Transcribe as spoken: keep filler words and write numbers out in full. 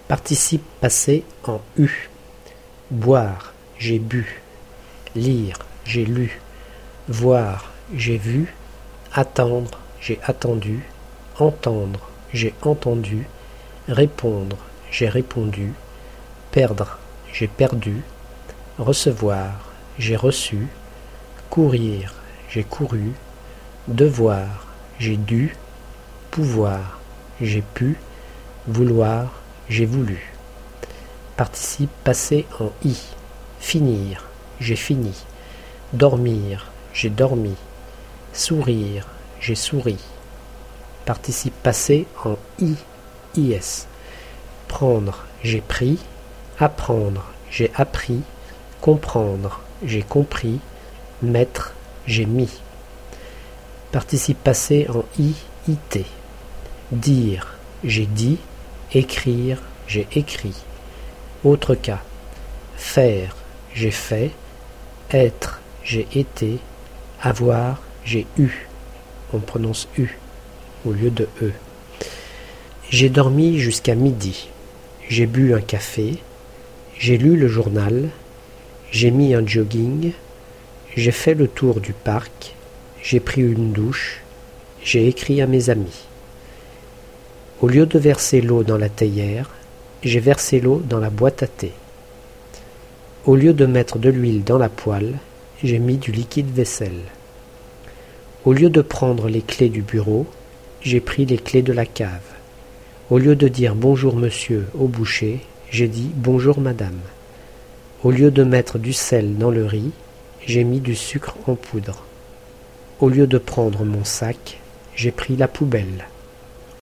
Participe passé en U. Boire, j'ai bu. Lire, j'ai lu. Voir, j'ai vu. Attendre, j'ai attendu. Entendre, j'ai entendu. Répondre, j'ai répondu. Perdre, j'ai perdu. Recevoir, j'ai reçu. Courir, j'ai couru. Devoir, j'ai dû. Pouvoir, j'ai pu. Vouloir, j'ai voulu. Participe passé en I. Finir, j'ai fini. Dormir, j'ai dormi. Sourire, j'ai souri. Participe passé en I. Is. Prendre, j'ai pris. Apprendre, j'ai appris. Comprendre, j'ai compris. Mettre, j'ai mis. Participe passé en I. It. Dire, j'ai dit. Écrire, j'ai écrit. Autre cas. Faire, j'ai fait. Être, j'ai été. Avoir, j'ai eu. On prononce U au lieu de E. J'ai dormi jusqu'à midi. J'ai bu un café. J'ai lu le journal. J'ai mis un jogging. J'ai fait le tour du parc. J'ai pris une douche. J'ai écrit à mes amis. Au lieu de verser l'eau dans la théière, j'ai versé l'eau dans la boîte à thé. Au lieu de mettre de l'huile dans la poêle, j'ai mis du liquide vaisselle. Au lieu de prendre les clés du bureau, j'ai pris les clés de la cave. Au lieu de dire bonjour monsieur au boucher, j'ai dit bonjour madame. Au lieu de mettre du sel dans le riz, j'ai mis du sucre en poudre. Au lieu de prendre mon sac, j'ai pris la poubelle.